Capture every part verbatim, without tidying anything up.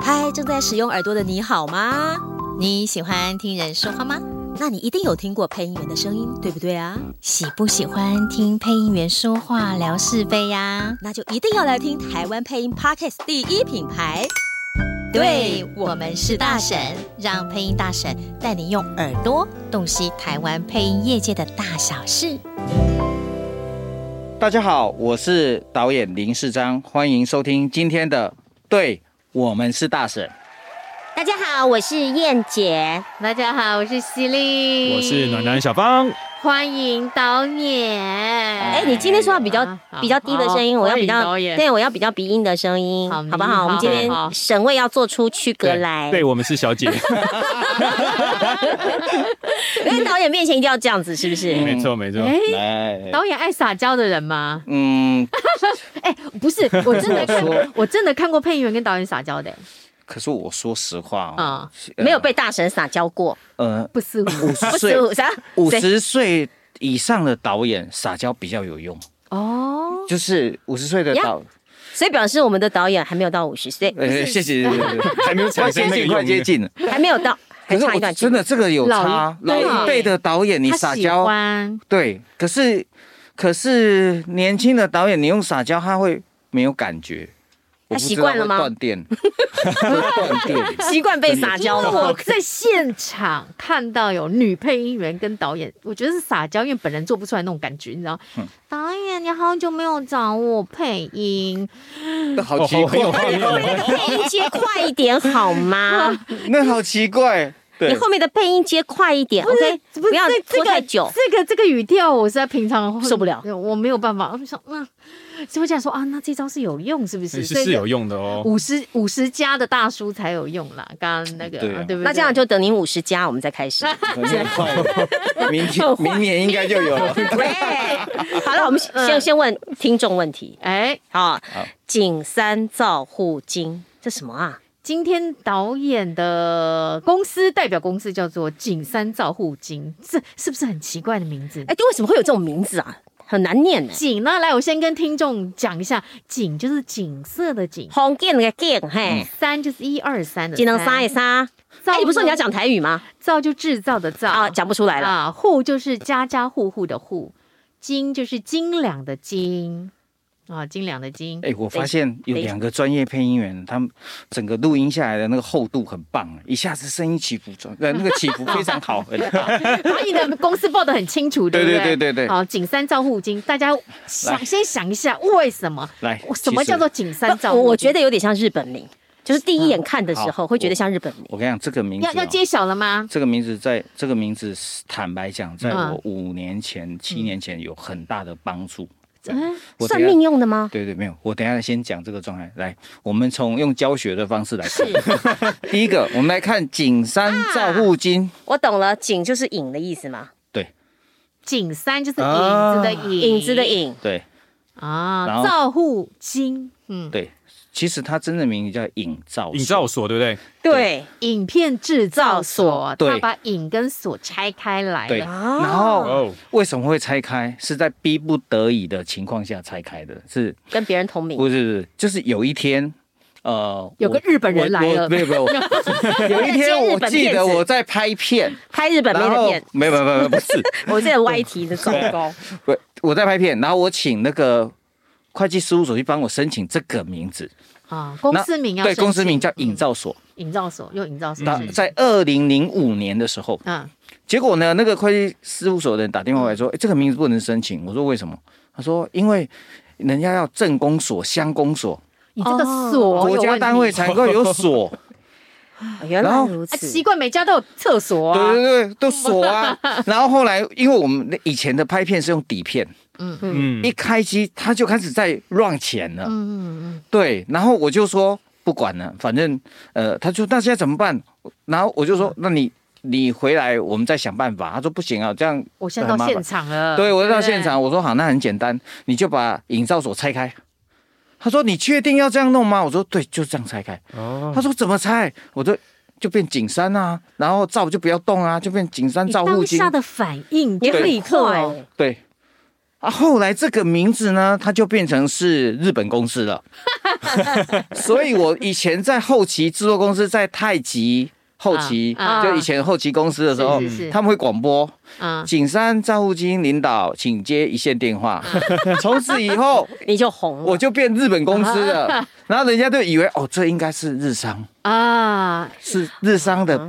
嗨，正在使用耳朵的你好吗？ 你喜欢听人说话吗？ 那你一定有听过配音员的声音，对不对啊？ 喜不喜欢听配音员说话聊是非呀？ 那就一定要来听台湾配音 Podcast 第一品牌。 对，我们是大婶，让配音大婶带你用耳朵洞悉台湾配音业界的大小事。 大家好，我是导演林世章，欢迎收听今天的对，我们是大婶。 大家好，我是燕姐。 大家好，我是犀利。 我是暖男小芳。 欢迎导演。 哎、欸，你今天说话比较比较低的声音，我要比较对，我要比较鼻音的声音，好不好？我们今天审位要做出区隔来。 对，对我们是小姐。 因为导演面前一定要这样子，是不是？ 没错，没错。 哎，导演爱撒娇的人吗？ 嗯， 哎、欸，不是，我真的看，我真的看过配音员跟导演撒娇的、欸。 可是我说实话啊、 嗯呃，没有被大神撒娇过。 呃， 不是五十岁，五十岁以上的导演撒娇比较有用哦。就是五十岁的导， 所以表示我们的导演还没有到五十岁。 呃，谢谢， 还没有产生那个快接近了， 还没有到，还差一段。 真的这个有差，老一辈的导演你撒娇，对，可是可是年轻的导演你用撒娇他会没有感觉。 他习惯了吗？ 断电，断电， 习惯被撒娇了。 我在现场看到有女配音员跟导演，我觉得是撒娇，因为本人做不出来那种感觉，你知道？嗯、导演，你好久没有找我配音， 好奇怪， 你后面的配音接快一点好吗？ 那好奇怪。 你后面的配音接快一点 ，OK， 不要拖太久。 这个这个语调，我实在平常受不了， 我没有办法。我想，那就会这样说啊，那这招是有用，是不是？ 是是有用的哦。 五十五十加的大叔才有用啦。刚刚那个，对、啊、对不对？ 那这样就等您五十加，我们再开始。 明天明年应该就有了。 好了，我们先先问听众问题。 哎， 好，景山照护金，这什么啊？ 今天导演的公司代表公司叫做景山照护金，这是不是很奇怪的名字？ 哎，为什么会有这种名字啊？很难念呢。 景呢？来，我先跟听众讲一下，景就是景色的景， 红景的景，嘿， 三就是一二三的三，只能三一三。哎，你不是说你要讲台语吗？ 造就制造的造啊，讲不出来了啊。 户就是家家户户的户，金就是斤两的斤。啊，斤两的斤。 哎、欸，我发现有两个专业配音员，他们整个录音下来的那个厚度很棒，一下子声音起伏，呃，那个起伏非常好，很好。 把你的公司报得很清楚，对不对？ 对对对对对。 好，景山照护金，大家想先想一下，为什么？ 来， 什么叫做景山照护金？ 我觉得有点像日本名，就是第一眼看的时候会觉得像日本名。 我跟你讲，这个名字、 要要揭晓了吗？ 这个名字在这个名字，坦白讲，在我五年前、七年前有很大的帮助。 嗯，算命用的吗？ 对对，没有。我等一下先讲这个状态。来，我们从用教学的方式来看。第一个，我们来看景山照护金、啊。 我懂了，景就是影的意思嘛。 对， 景山就是影子的影， 影、啊、子的影。 对。 啊，照护金， 嗯，对。其实它真的名字叫影照所， 影照所对不对？ 对， 影片制造所， 对， 他把影跟所拆开来了。 对，然后为什么会拆开？是在逼不得已的情况下拆开的，是跟别人同名？ 不是，不是，就是有一天，呃， 有个日本人来了， 没有没有，有一天我记得我在拍片， 拍日本妹的片， 没有没有没有，不是， 我这个歪题的糟糕。 不，我在拍片，然后我请那个会计事务所去帮我申请这个名字。 啊，公司名要对，公司名叫影照所， 影照所用影照所。 在二零零五年的时候， 嗯， 结果呢，那个会计事务所的人打电话来说，哎，这个名字不能申请。我说为什么？他说因为人家要镇公所、乡公所， 你这个所国家单位才能够有所。 原来如此， 奇怪，每家都有厕所啊。 对对对，都锁啊。然后后来，因为我们以前的拍片是用底片。嗯嗯，一开机他就开始在乱钱了，嗯嗯嗯，对，然后我就说不管了，反正呃，他说那现在怎么办？然后我就说，那你你回来我们再想办法。他说不行啊，这样我现在到现场了， 对，我到现场，我说好，那很简单，你就把影照所拆开。他说你确定要这样弄吗？我说对，就这样拆开。哦，他说怎么拆？我说就变景山啊，然后照就不要动啊，就变景山照护金。 当下的反应也很立刻哎， 对。 啊，后来这个名字呢，它就变成是日本公司了。所以我以前在后期制作公司，在太极后期，啊啊、就以前后期公司的时候，是是是他们会广播，啊、景山赵户金领导，请接一线电话。从、啊、此以后， 你就红了， 我就变日本公司了。啊、然后人家就以为哦，这应该是日商啊，是日商的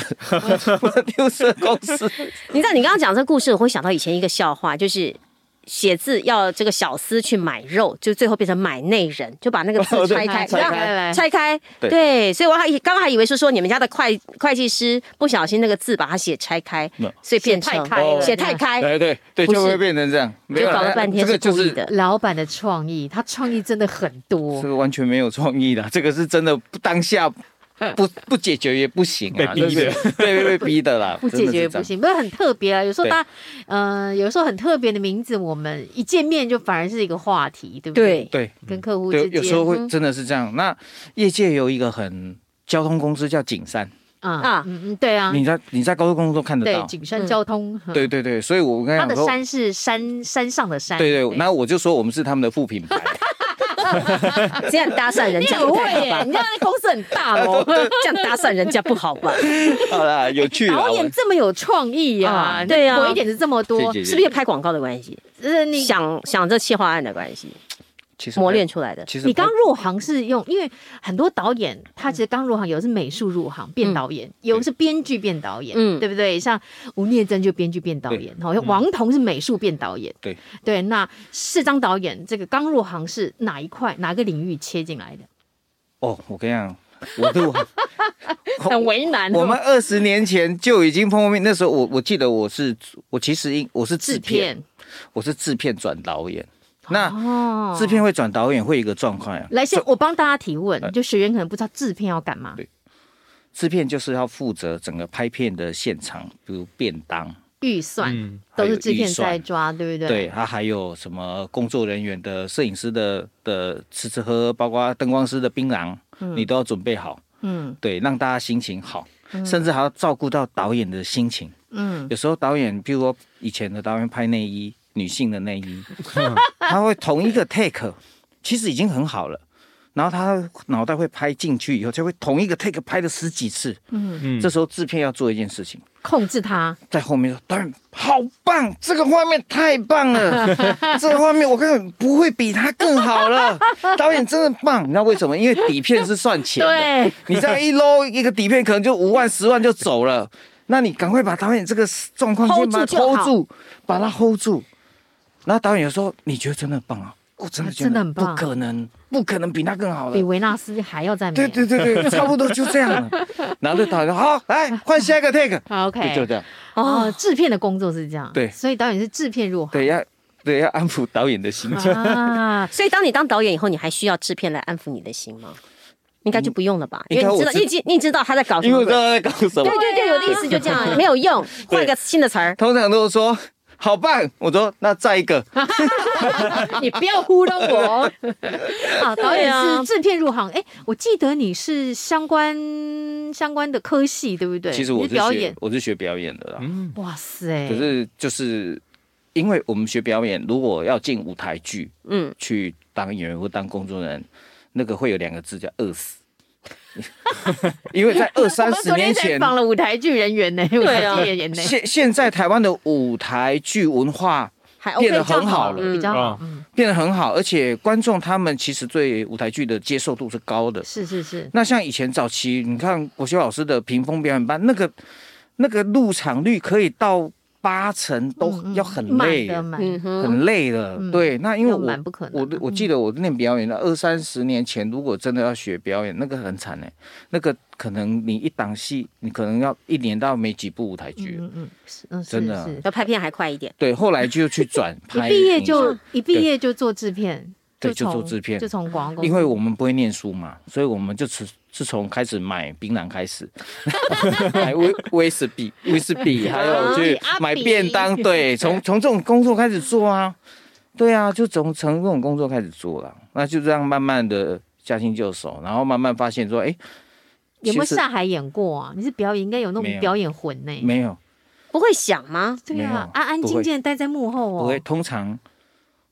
producer、producer 公司。 你知道，你刚刚讲这个故事，我会想到以前一个笑话，就是。写字要这个小厮去买肉，就最后变成买内人，就把那个字拆开， 拆开， 拆开。对，所以我还刚刚还以为是说你们家的会会计师不小心那个字把它写拆开，所以变成写太开， 对对对，就会变成这样。 就搞了半天是故意的。 老板的创意，他创意真的很多。 这个完全没有创意的，这个是真的当下。不不解决也不行啊， 被逼的， 对，被逼的啦， 不解决也不行，不是很特别啊。有时候大家，呃，有时候很特别的名字，我们一见面就反而是一个话题，对不对？ 对， 跟客户之间， 有时候会真的是这样。那业界有一个很交通公司叫景山啊，嗯嗯，对啊， 你在你在高速公路都看得到， 对，景山交通， 对对对，所以我跟你讲说， 它的山是山山上的山， 对对，那我就说我们是他们的副品牌。 这样搭讪人家不会耶，你这样公司很大哦，这样搭讪人家不好吧？ 好啦，有趣。 导演这么有创意啊， 对啊， 鬼点子这么多， 是不是拍广告的关系？呃，你想想这企划案的关系。其实磨练出来的。 其实你刚入行是用，因为很多导演他其实刚入行，有的是美术入行变导演，嗯、有的是编剧变导演，嗯，对不对？像吴念真就编剧变导演，好，王童是美术变导演， 对对。那世章导演这个刚入行是哪一块哪个领域切进来的？ 哦，我跟你讲。我入行很为难、 哦。我们二十年前就已经碰过面，那时候我我记得我是我其实我是制片，我是制片转导演。那制片会转导演会有一个状况啊。 来，先我帮大家提问，就学员可能不知道制片要干嘛。 对，制片就是要负责整个拍片的现场，比如便当。 预算、嗯、都是制片在抓，对不对？ 对，他还有什么工作人员的、摄影师的的吃吃喝，包括灯光师的槟榔，嗯、你都要准备好。嗯，对，让大家心情好，嗯、甚至还要照顾到导演的心情。嗯，有时候导演，比如说以前的导演拍内衣，女性的内衣，他会同一个 take， 其实已经很好了。然后他脑袋会拍进去以后，就会同一个 take 拍了十几次。嗯，这时候制片要做一件事情， 控制他， 在后面说：“导演好棒，这个画面太棒了，这个画面我根本不会比他更好了。导演真的棒，你知道为什么？因为底片是算钱的，对，你这样一搂一个底片，可能就五万、十万就走了。那你赶快把导演这个状况先把它 hold 住，把它 hold 住。然后导演有时候你觉得真的棒啊。”我真的觉得不可能，不可能比他更好了， 比维纳斯还要再美。 对对对对，差不多就这样了。然后就导演说：“好，来换下一个 take。” OK， 就这样。 哦，制片的工作是这样。 对， 所以导演是制片入行。 对，要对要安抚导演的心情啊。 所以当你当导演以后，你还需要制片来安抚你的心吗？应该就不用了吧，因为你知道，你你知道他在搞什么， 因为我知道他在搞什么。 对对对，我的意思就这样，没有用，换一个新的词儿。 通常都是说。好棒！我说那再一个， 你不要糊弄我。好，导演是制片入行，哎，我记得你是相关相关的科系，对不对？ 其实我是表演，我是学表演的啦。 嗯，哇塞！ 可是就是因为我们学表演，如果要进舞台剧，嗯，去当演员或当工作人员，那个会有两个字叫饿死。因为在二三十年前访了舞台剧人员呢，对啊， 现现在台湾的舞台剧文化变得很好了， 比较好， 变得很好，而且观众他们其实对舞台剧的接受度是高的， 是是是。 那像以前早期，你看国修老师的屏风表演班，那个那个入场率可以到。八成都要很累，嗯、很累的。嗯、对，那因为我我我记得我练表演的二三十年前，如果真的要学表演，那个很惨哎、欸，那个可能你一档戏，你可能要一年到没几部舞台剧，嗯嗯嗯， 真的要拍片还快一点。 对，后来就去转拍， 一毕业就一毕业就做制片。 对，就做制片， 就从广告公司。 因为我们不会念书嘛，所以我们就是是从开始买槟榔开始，买威威士比、威士比，还有去买便当。对，从从这种工作开始做啊，对啊，就从从这种工作开始做了，那就这样慢慢的驾轻就熟，然后慢慢发现说，哎， 有没有下海演过啊？你是表演，应该有那种表演魂呢、欸？ 没有， 不会想吗？ 对啊，安安静静待在幕后哦。 不会，通常。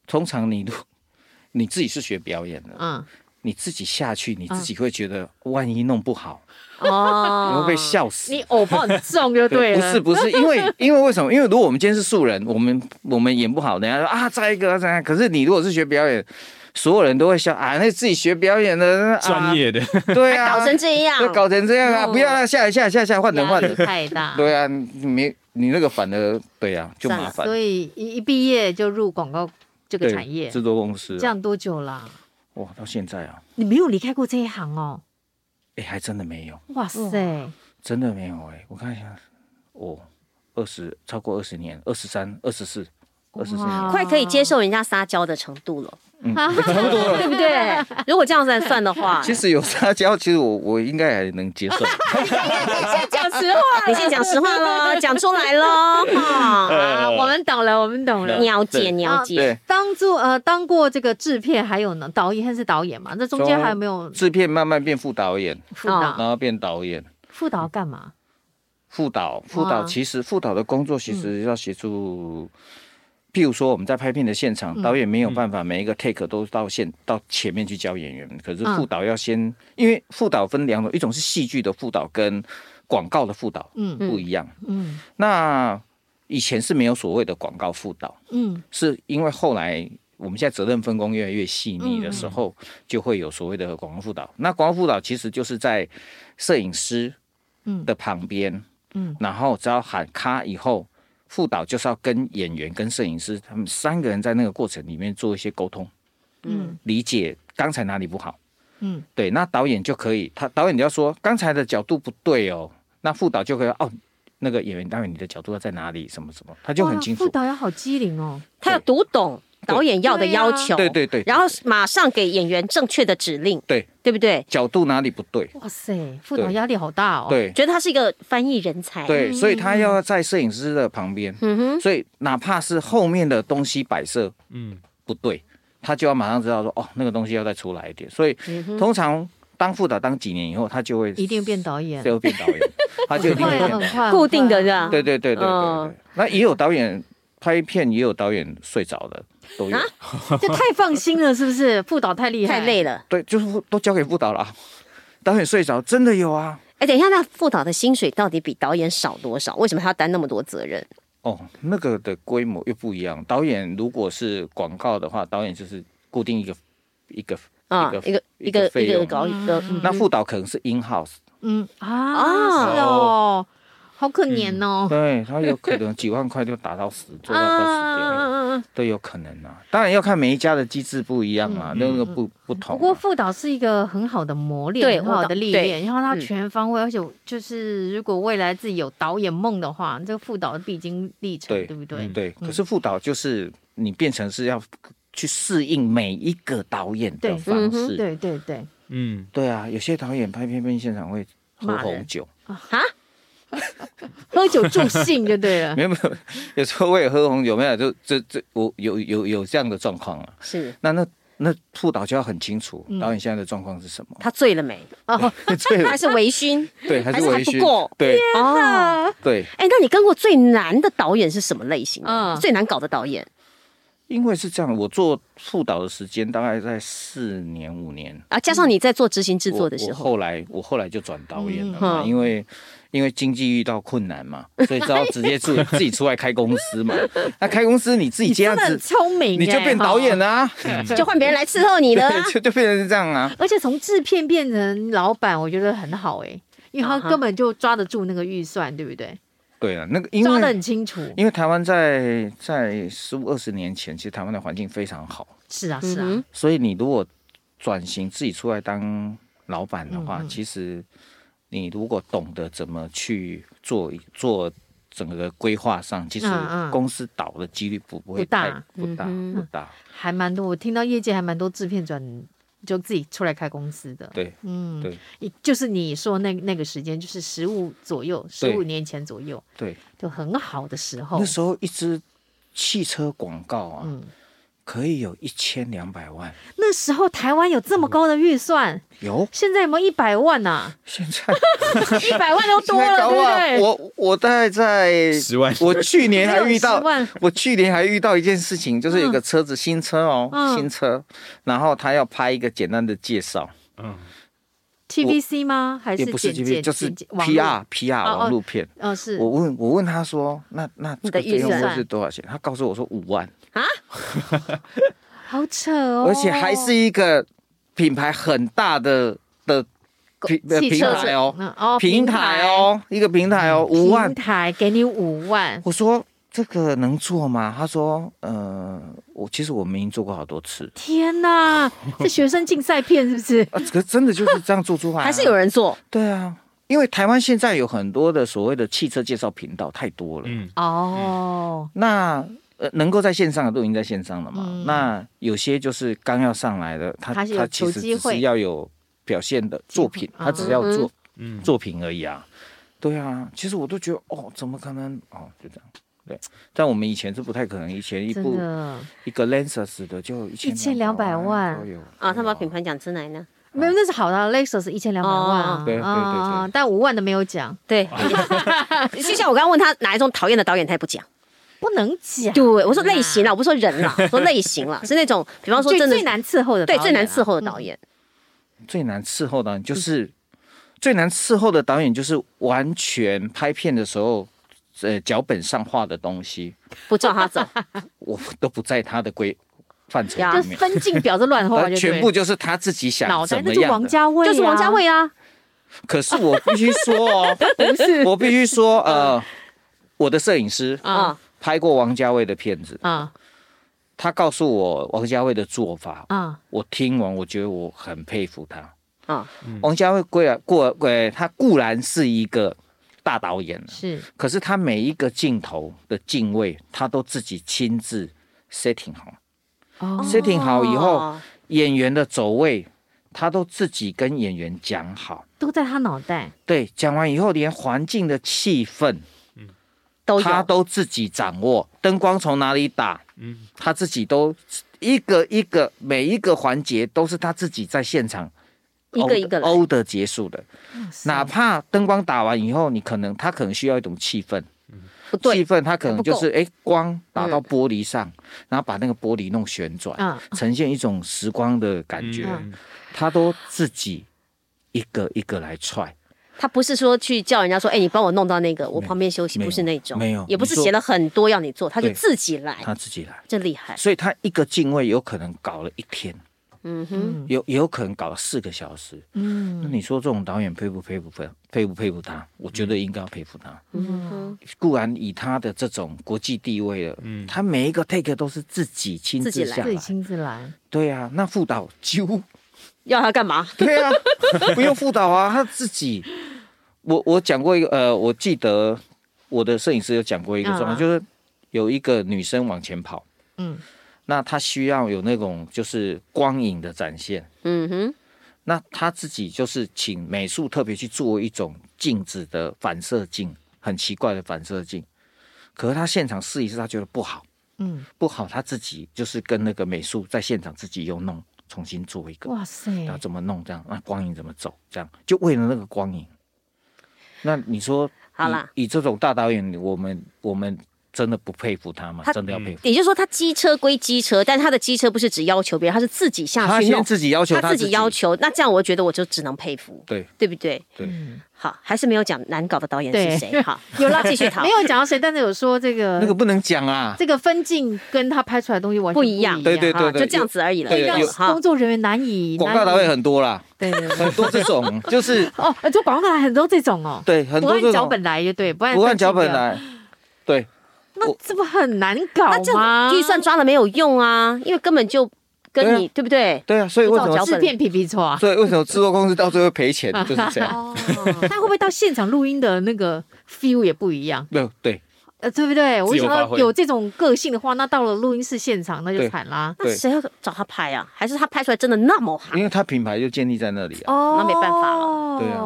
通常你你自己是学表演的，嗯，你自己下去，你自己会觉得万一弄不好。哦，你会被笑死。 你偶包很重就对了。 不是不是，因为因为为什么？因为如果我们今天是素人，我们我们演不好，人家说啊，再一个再一个。可是你如果是学表演，所有人都会笑啊，那自己学表演的专业的， 对啊， 搞成这样， 就搞成这样啊！不要下来下来下来下来，换人换人， 太大。 对啊，你没你那个反而对啊，就麻烦。 所以一毕业就入广告这个产业， 制作公司， 这样多久啦？ 哇，到现在啊， 你没有离开过这一行哦。 哎，还真的没有。 哇塞， 真的没有哎！我看一下，哦，二十超过二十年，二十三、二十四、二十四年， 快可以接受人家撒娇的程度了。 嗯，差不多了， 对不对？如果这样子来算的话， 其实有撒娇，其实我我应该还能接受。 你先讲实话，你先讲实话喽，讲出来喽。 啊，我们懂了，我们懂了， 了解了解。 当做呃当过这个制片，还有呢导演还是导演嘛？那中间还有没有制片慢慢变副导演， 副导， 然后变导演。 副导干嘛？ 副导，副导其实副导的工作其实要协助。譬如说我们在拍片的现场，导演没有办法每一个 take 都到现到前面去教演员，可是副导要先，因为副导分两种，一种是戏剧的副导跟广告的副导，嗯，不一样，嗯，那以前是没有所谓的广告副导，嗯，是因为后来我们现在责任分工越来越细腻的时候，就会有所谓的广告副导。那广告副导其实就是在摄影师的旁边，嗯，然后只要喊咔以后。副导就是要跟演员、跟摄影师他们三个人在那个过程里面做一些沟通，嗯，理解刚才哪里不好，嗯，对，那导演就可以，他导演就要说刚才的角度不对哦，那副导就可以哦，那个演员导演你的角度要在哪里，什么什么，他就很清楚。 副导要好机灵哦， 他要读懂导演要的要求， 对对 对, 对， 然后马上给演员正确的指令， 对对不对？ 角度哪里不对？ 哇塞，副导压力好大哦。 对， 觉得他是一个翻译人才。 对，所以他要在摄影师的旁边，嗯哼，所以哪怕是后面的东西摆设，嗯，不对，他就要马上知道说，哦，那个东西要再出来一点。所以、嗯、通常当副导当几年以后，他就会一定变导演， 就会变导演，他就一定会变导演， 固定的这样。 对对对对对对、嗯。那也有导演拍片，也有导演睡着的。都有、啊， 这太放心了，是不是？副导太厉害， 太累了。 对，就是都交给副导了、啊。导演睡着，真的有啊。 哎、欸，等一下，那副导的薪水到底比导演少多少？为什么他要担那么多责任？ 哦，那个的规模又不一样。导演如果是广告的话，导演就是固定一个一个、 啊、一个一个费用。一个一个那副导可能是 in house。 嗯啊，是哦。好可怜哦、 嗯，对他有可能几万块就打到死，做到快死掉了，都有可能啊。当然要看每一家的机制不一样嘛，嗯、那个不不同、啊。 不过副导是一个很好的磨练，很好的历练，然后他全方位，嗯、而且就是如果未来自己有导演梦的话，这个副导的必经历程， 对, 对不对？ 嗯、对。可是副导就是你变成是要去适应每一个导演的方式， 对对 对, 对， 嗯，对啊。有些导演拍片片现场会喝红酒啊。喝酒助兴就对了， 没有没有，有时候我也喝红酒，没有就这这我有有有这样的状况啊。 是， 那那那副导就要很清楚导演现在的状况是什么。 他醉了没？哦，醉了，还是微醺？ 对，还是微醺？ 不够？ 对， 哦， 对。 哎，那你跟过最难的导演是什么类型的？嗯，最难搞的导演？ 因为是这样，我做副导的时间大概在四年五年啊，加上你在做执行制作的时候， 我, 我后来我后来就转导演了嘛，嗯、因为因为经济遇到困难嘛，所以只好直接自自己出来开公司嘛。那开公司你自己这样子， 很聪明， 你就变导演了、啊， 就换别人来伺候你了、啊， 就就变成这样啊。 而且从制片变成老板，我觉得很好哎、欸，因为他根本就抓得住那个预算，对不对？ 对啊，那个因为抓得很清楚。 因为台湾在在十五二十年前，其实台湾的环境非常好。 是啊，是啊。嗯、 所以你如果转型自己出来当老板的话，嗯、其实你如果懂得怎么去做做整个规划上，其实公司倒的几率不不会太不大不大。 还蛮多，我听到业界还蛮多制片转。就自己出来开公司的， 对，嗯，对， 就是你说那那个时间，就是十五左右，十五年前左右， 对， 就很好的时候。 那时候一支汽车广告啊，嗯， 可以有一千两百万。 那时候台湾有这么高的预算？ 有。 现在有没有一百万啊？ 现在一百万都多了，对不对？ 我我大概在十万。 我去年还遇到，我去年还遇到一件事情，就是有个车子、嗯、新车哦，嗯、新车，然后他要拍一个简单的介绍，嗯。 T V C 吗？还是也不是 T V C， 就是 P R P R 网路片。 哦，是。 我问我问他说，那那这个费用是多少钱？他告诉我说五万啊， 好扯哦！ 而且还是一个品牌很大的的平平台哦，哦平台哦，一个平台哦，五万。 平台给你五万， 我说这个能做吗？他说，呃，我其实我们已经做过好多次。 天哪，这学生竞赛片是不是？ 啊，可真的就是这样做出来、啊， 还是有人做？ 对啊，因为台湾现在有很多的所谓的汽车介绍频道太多了。 嗯，哦， 那呃能够在线上的都已经在线上了嘛。嗯、那有些就是刚要上来的，他他其实只是要有表现的作品，他只要做、嗯、作品而已啊。对啊，其实我都觉得哦，怎么可能？哦，就这样。对，但我们以前是不太可能，以前一部一个 Lexus 的就一千两百万都有啊。他把品牌讲出来呢？ 没有，那是好的 Lexus 一千两百万啊。 对对对， 但五万的没有讲。 对，就像我刚刚问他哪一种讨厌的导演，他也不讲， 不能讲。 对，我说类型啦，我不说人啦，说类型啦，是那种，比方说真的最难伺候的， 对，最难伺候的导演， 最难伺候的导演就是最难伺候的导演就是完全拍片的时候。呃，脚本上画的东西不照他走， 我都不在他的规范畴里面。 就分镜表是乱画， 全部就是他自己想怎么样的。 脑袋那就王家卫、啊， 就是王家卫啊。 可是我必须说哦，不是，我必须说，呃，我的摄影师啊拍过王家卫的片子啊，他告诉我王家卫的做法啊，我听完我觉得我很佩服他啊。王家卫固然过过，他固然是一个。大导演是， 可是他每一个镜头的镜位，他都自己亲自 setting 好，哦、setting 好以后，演员的走位，他都自己跟演员讲好， 都在他脑袋。 对，讲完以后，连环境的气氛， 嗯， 他都自己掌握，灯光从哪里打，嗯，他自己都一个一个每一个环节都是他自己在现场。 一个一个来欧的结束的，哪怕灯光打完以后，你可能他可能需要一种气氛， 不对， 气氛他可能就是哎光打到玻璃上，嗯、然后把那个玻璃弄旋转，嗯、呈现一种时光的感觉，嗯、他都自己一个一个来踹。 他不是说去叫人家说，哎、欸，你帮我弄到那个，我旁边休息，不是那种， 没有， 也不是写了很多要你做，他就自己来， 他自己来， 真厉害。 所以他一个镜位有可能搞了一天。嗯哼，有也有可能搞了四个小时。嗯，那你说这种导演佩不佩服佩佩不佩服他？我觉得应该要佩服他。嗯哼，固然以他的这种国际地位了，嗯，他每一个 take 都是自己亲自下来， 自己亲自来。 对啊，那副导几乎要他干嘛？ 对啊，不用副导啊，他自己。我我讲过一个，呃，我记得我的摄影师有讲过一个状况，嗯、就是有一个女生往前跑，嗯。那他需要有那种就是光影的展现，嗯哼。那他自己就是请美术特别去做一种镜子的反射镜，很奇怪的反射镜。可是他现场试一试，他觉得不好，嗯，不好，他自己就是跟那个美术在现场自己又弄，重新做一个，哇塞，然后怎么弄这样，那光影怎么走，这样就为了那个光影。那你说， 好啦， 以这种大导演，我们我们。真的不佩服他吗？他真的要佩服。 也就是说，他机车归机车，但是他的机车不是只要求别人，他是自己下去弄。 他先自己要求他自己要求，那这样我觉得我就只能佩服， 对对不对？ 对， 好，还是没有讲难搞的导演是谁？好，有啦，继续讨。 没有讲到谁，但是有说这个那个不能讲啊， 这个分镜跟他拍出来的东西完全不一样， 对对对对， 就这样子而已了。 对，让工作人员难以。 广告导演很多啦， 对， 很多这种就是哦，做广告来很多这种哦， 对，很多不按脚本来就对，不按不按脚本来，对。 那这不很难搞吗？ 预算抓了没有用啊，因为根本就跟你 对,、啊、对不对？ 对啊，所以为什么制片皮皮错？ 所以为什么制作公司到最后赔钱就是这样？哦， 他会不会到现场录音的那个 feel 也不一样？ 对对， 呃，对不对？我想到有这种个性的话，那到了录音室现场那就惨啦。 那谁要找他拍啊？还是他拍出来真的那么好？ 因为他品牌就建立在那里啊。 哦，那没办法了。 对啊，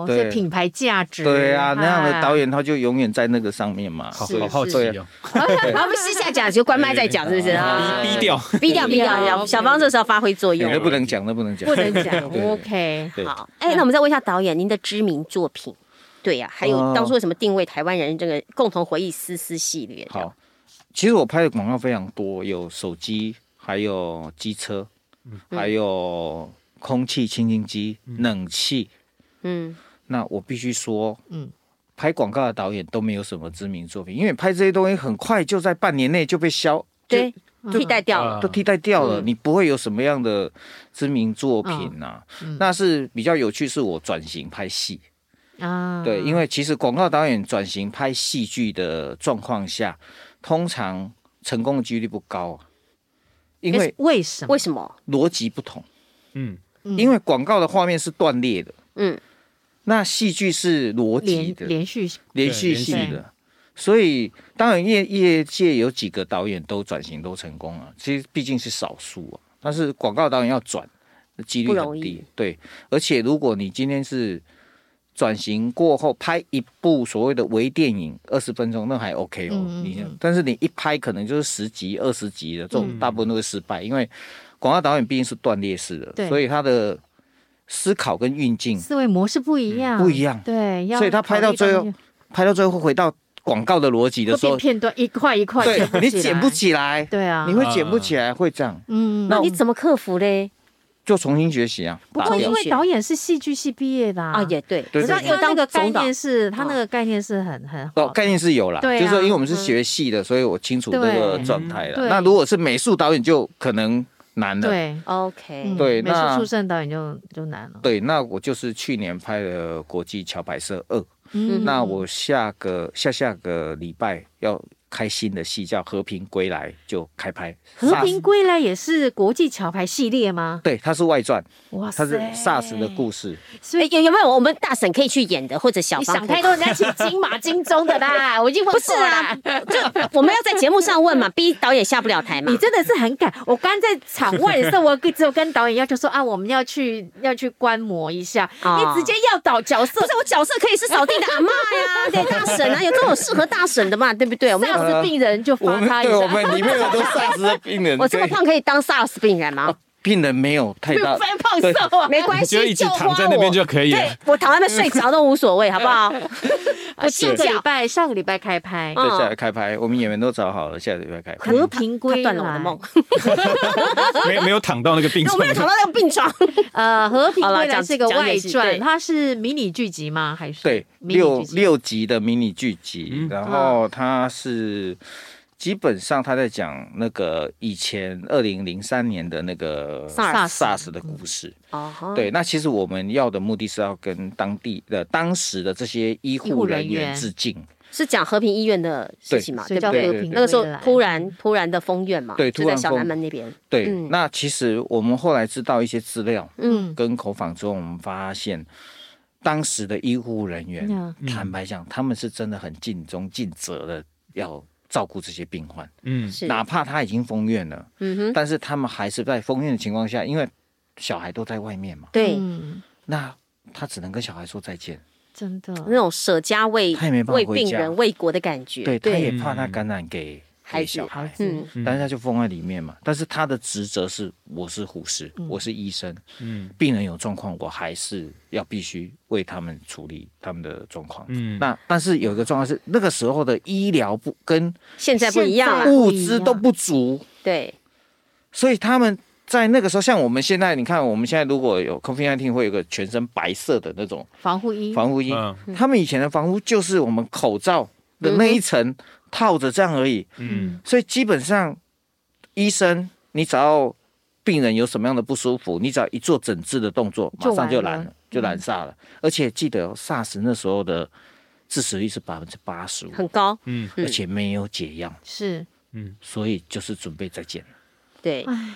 所以品牌价值。 对啊，那样的导演他就永远在那个上面嘛。 好好奇哦。 好，我们私下讲就关麦再讲，是不是啊？ 逼掉， 逼掉，逼掉。小芳这时候发挥作用。 那不能讲，那不能讲， 不能讲。OK， 好。哎，那我们再问一下导演，您的知名作品？对呀，还有当初为什么定位台湾人这个共同回忆丝丝系列？ 好，其实我拍的广告非常多，有手机，还有机车，还有空气清净机、冷气。嗯，那我必须说，嗯，拍广告的导演都没有什么知名作品，因为拍这些东西很快就在半年内就被消， 对，替代掉了， 都替代掉了，你不会有什么样的知名作品啊。那是比较有趣，是我转型拍戏。啊，对，因为其实广告导演转型拍戏剧的状况下，通常成功的几率不高啊。因为为什么？ 为什么？ 逻辑不同。嗯，因为广告的画面是断裂的，嗯，那戏剧是逻辑的， 连续连续性的。所以当然业业界有几个导演都转型都成功了，其实毕竟是少数啊。但是广告导演要转，几率很低。对，而且如果你今天是转型过后拍一部所谓的微电影二十分钟，那还 OK 哦。嗯、你但是你一拍可能就是十集、二十集的这种，大部分都会失败，嗯、因为广告导演毕竟是断裂式的，所以他的思考跟运镜思维模式不一样， 不一样。 对， 所以他拍到最后，拍到最后回到广告的逻辑的时候， 片段一块一块， 对你剪不起来， 对啊， 你会剪不起来，会这样。 嗯，那你怎么克服嘞？ 就重新学习啊！ 不过因为导演是戏剧系毕业的啊， 也对， 可是他那个概念是，他那个概念是很很好， 概念是有啦，就是说因为我们是学戏的，所以我清楚这个状态了。那如果是美术导演，就可能难了。 对 ，OK， 对， 美术出身导演就就难了。 对，那我就是去年拍了《国际桥牌社二》，那我下个下下个礼拜要开新的戏叫《和平归来》，就开拍。 和平归来也是国际桥牌系列吗？ 对，它是外传，哇，它是 SARS 的故事。 所以有有没有我们大婶可以去演的，或者小芳？ 你想太多，人家请金马金钟的啦，我已经问过了。 不是啊，就我们要在节目上问嘛，逼导演下不了台嘛。 你真的是很敢。我刚在场外的时候，我只有跟导演要求说啊，我们要去要去观摩一下，哦、你直接要导角色， 不是我角色可以是扫地的阿嬷呀，对大婶啊，有这种适合大婶的嘛，对不对？我们要是病人就罚他一下。 对，我们里面有都 SARS 的病人。 我这么胖可以当 SARS 病人吗？ 病人没有太大， 胖瘦啊， 没关系， 就一直躺在那边就可以了。 对，我躺在那边睡着都无所谓，好不好？ 我下个礼拜上个礼拜开拍， 对，下来开拍，我们演员都找好了，下个礼拜开拍。 和平归来， 断了我的梦， 没没有躺到那个病床， 我没有躺到那个病床。 呃，和平归来是个外传，它是迷你剧集吗？还是对六六集的迷你剧集，然后它是。基本上他在讲那个以前二零零三年的那个 SARS 的故事。哦，对，那其实我们要的目的是要跟当地的当时的这些医护人员致敬， 是讲和平医院的事情嘛？ 对不对？ 那个时候突然突然的封院嘛， 对， 就在小南门那边。 对，那其实我们后来知道一些资料，嗯，跟口访之后，我们发现当时的医护人员，坦白讲，他们是真的很尽忠尽责的要。照顾这些病患，嗯，哪怕他已经封院了，嗯哼，但是他们还是在封院的情况下，因为小孩都在外面嘛， 对， 那他只能跟小孩说再见， 真的那种舍家为为病人为国的感觉， 对，他也怕他感染给给小孩，嗯，但是他就封在里面嘛，但是他的职责是，我是护士，我是医生，嗯，病人有状况，我还是要必须为他们处理他们的状况，嗯，那但是有一个状况是，那个时候的医疗不跟现在不一样， 物资都不足， 对， 所以他们在那个时候，像我们现在，你看我们现在如果有 COVID 十九 会有个全身白色的那种防护衣， 防护衣，嗯、他们以前的防护就是我们口罩的那一层套着这样而已，嗯，所以基本上医生你只要病人有什么样的不舒服，你只要一做诊治的动作，马上就拦了，就拦煞了。而且记得 SARS 那时候的致死率是百分之八十五， 很高， 嗯，而且没有解药， 是， 嗯，所以就是准备再见了。 对，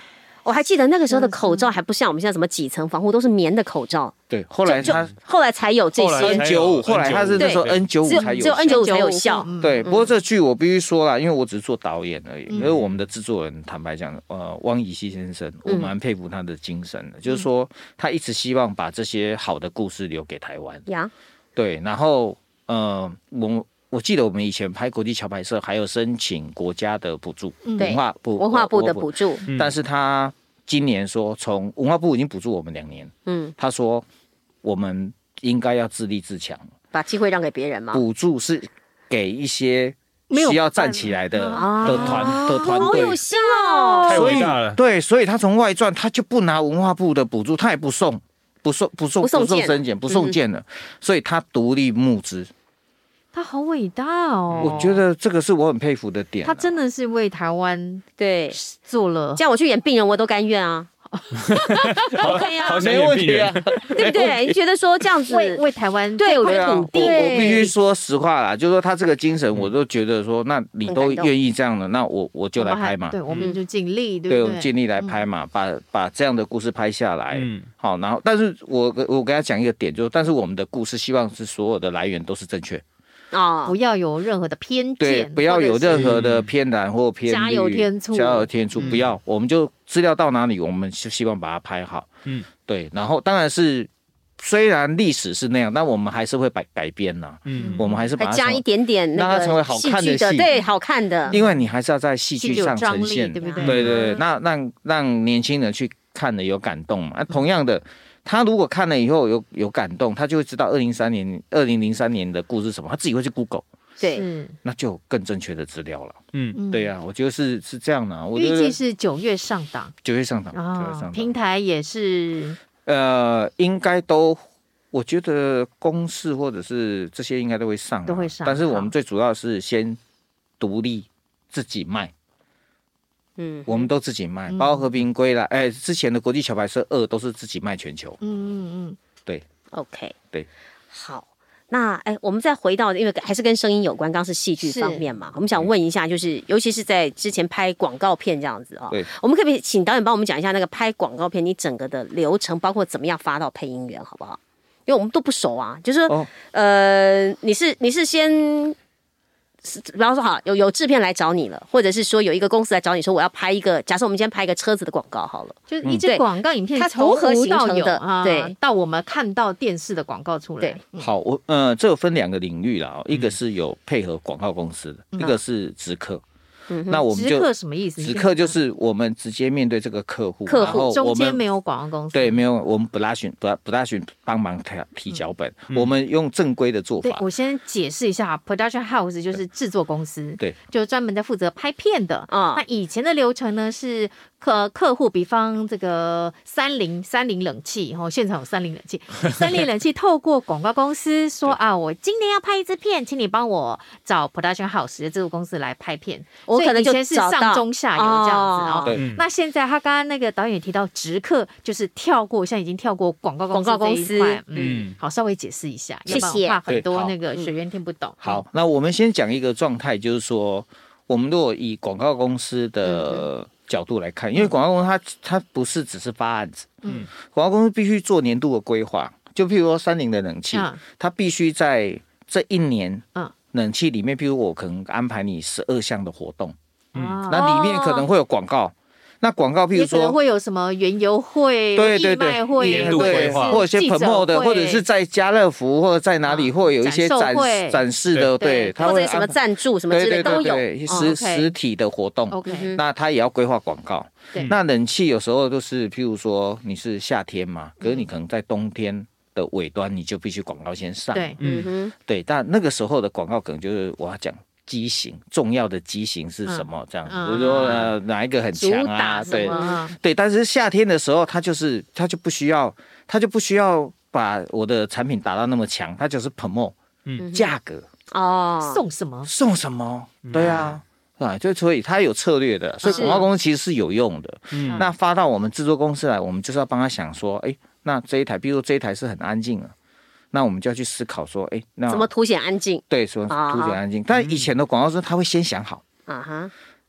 我还记得那个时候的口罩还不像我们现在什么几层防护，都是棉的口罩。 对，后来他后来才有这些 N 九五，后来他是那时候 N 九五才有， 只有 N 九五才有效。 对，不过这剧我必须说啦，因为我只是做导演而已，因为我们的制作人坦白讲，呃，汪以希先生，我蛮佩服他的精神的，就是说他一直希望把这些好的故事留给台湾。 呀， 对，然后呃，我。我记得我们以前拍国际桥牌社，还有申请国家的补助，文化部文化部的补助， 但是他今年说，从文化部已经补助我们两年，嗯，他说我们应该要自立自强， 把机会让给别人嘛。 补助是给一些需要站起来的的团的团队， 好有心哦， 太伟大了。 对，所以他从外传他就不拿文化部的补助，他也不送不送不送不送申请不送件了，所以他独立募资。 他好伟大哦！ 我觉得这个是我很佩服的点、啊。 他真的是为台湾对做了， 这样我去演病人我都甘愿啊。OK 啊， 没问题啊， 对不对？你觉得说这样子为为台湾对这块土地， 我我必须说实话啦，就是说他这个精神，我都觉得说，那你都愿意这样的，那我我就来拍嘛。 对，我们就尽力，对不对？ 对，我们尽力来拍嘛，把把这样的故事拍下来。嗯，好，然后，但是我我跟他讲一个点，就是，但是我们的故事希望是所有的来源都是正确。 啊、哦，不要有任何的偏见， 对，不要有任何的偏蓝或偏绿， 加油添醋， 加油添醋，不要，我们就资料到哪里，我们就希望把它拍好。嗯，对，然后当然是虽然历史是那样，但我们还是会改改编呐。嗯，我们还是把它还加一点点那个让它成为好看的戏， 对，好看的， 因为你还是要在戏剧上呈现， 对不对？ 对对对，那让让年轻人去看了有感动嘛。同样的。他如果看了以后有有感动，他就会知道二零三年、二零零三年的故事是什么，他自己会去 Google， 对， 那就有更正确的资料了。嗯，对呀、啊，我觉得是是这样的、啊。我预计是九月上档， 九月上档， 哦、 九月上档， 平台也是， 呃，应该都，我觉得公视或者是这些应该都会上、啊， 都会上。 但是我们最主要是先独立自己卖。嗯，我们都自己卖，包括和平归来，哎，之前的国际桥牌社二都是自己卖全球。嗯嗯嗯，对 ，OK， 对， 好，那哎，我们再回到，因为还是跟声音有关，刚刚是戏剧方面嘛，我们想问一下，就是尤其是在之前拍广告片这样子啊、哦， 对， 我们可不可以请导演帮我们讲一下那个拍广告片你整个的流程，包括怎么样发到配音员，好不好？因为我们都不熟啊，就是说，哦、呃，你是你是先。比方说好有有制片来找你了，或者是说有一个公司来找你说我要拍一个，假设我们今天拍一个车子的广告好了， 就是一支广告影片， 它如何形成的？ 啊、对，到我们看到电视的广告出来。 对， 嗯、 好，我呃，这有分两个领域啦，一个是有配合广告公司的，嗯、一个是直客。嗯、那我们就直客什么意思？ 直客就是我们直接面对这个客户， 客户中间没有广告公司， 对，没有，我们不大选不不大选帮忙提提脚本，嗯、我们用正规的做法。 对，我先解释一下 ，production house 就是制作公司， 对， 就专门在负责拍片的啊。那以前的流程呢是客客户，比方这个三菱三菱冷气，哦，现场有三菱冷气，三菱冷气透过广告公司说啊，我今年要拍一支片，请你帮我找 production house 的制作公司来拍片。 我可能就以前是上中下游这样子哦。 哦那现在他刚刚那个导演提到直客，就是跳过，现在已经跳过广告公司这一块。嗯，好，稍微解释一下， 谢谢。 怕很多那个学员听不懂。 好，那我们先讲一个状态，就是说，我们如果以广告公司的角度来看，因为广告公司它它不是只是发案子，嗯，广告公司必须做年度的规划。就譬如说三菱的冷气，它必须在这一年，嗯。冷气里面，譬如我可能安排你十二项的活动，嗯，那里面可能会有广告，那广告譬如说可能会有什么园游会、 对对对， 义卖会、 年度规划， 或者一些 promote 的，或者是在家乐福或者在哪里会有一些展展示的，对， 或者什么赞助什么之类都有， 实实体的活动。 OK， 那他也要规划广告。那冷气有时候都是譬如说你是夏天嘛，可是你可能在冬天的尾端你就必须广告先上， 对， 嗯哼， 对，但那个时候的广告可能就是我要讲机型，重要的机型是什么？这样子，比如说呃哪一个很强啊？对对，但是夏天的时候，它就是它就不需要，它就不需要把我的产品打到那么强，它就是 promote， 嗯，价格哦，送什么送什么？对啊。啊，就所以它有策略的，所以广告公司其实是有用的。嗯，那发到我们制作公司来，我们就是要帮他想说，哎，那这一台，比如说这一台是很安静的，那我们就要去思考说，哎，那怎么凸显安静？ 对，说凸显安静。但以前的广告公司他会先想好，啊哈，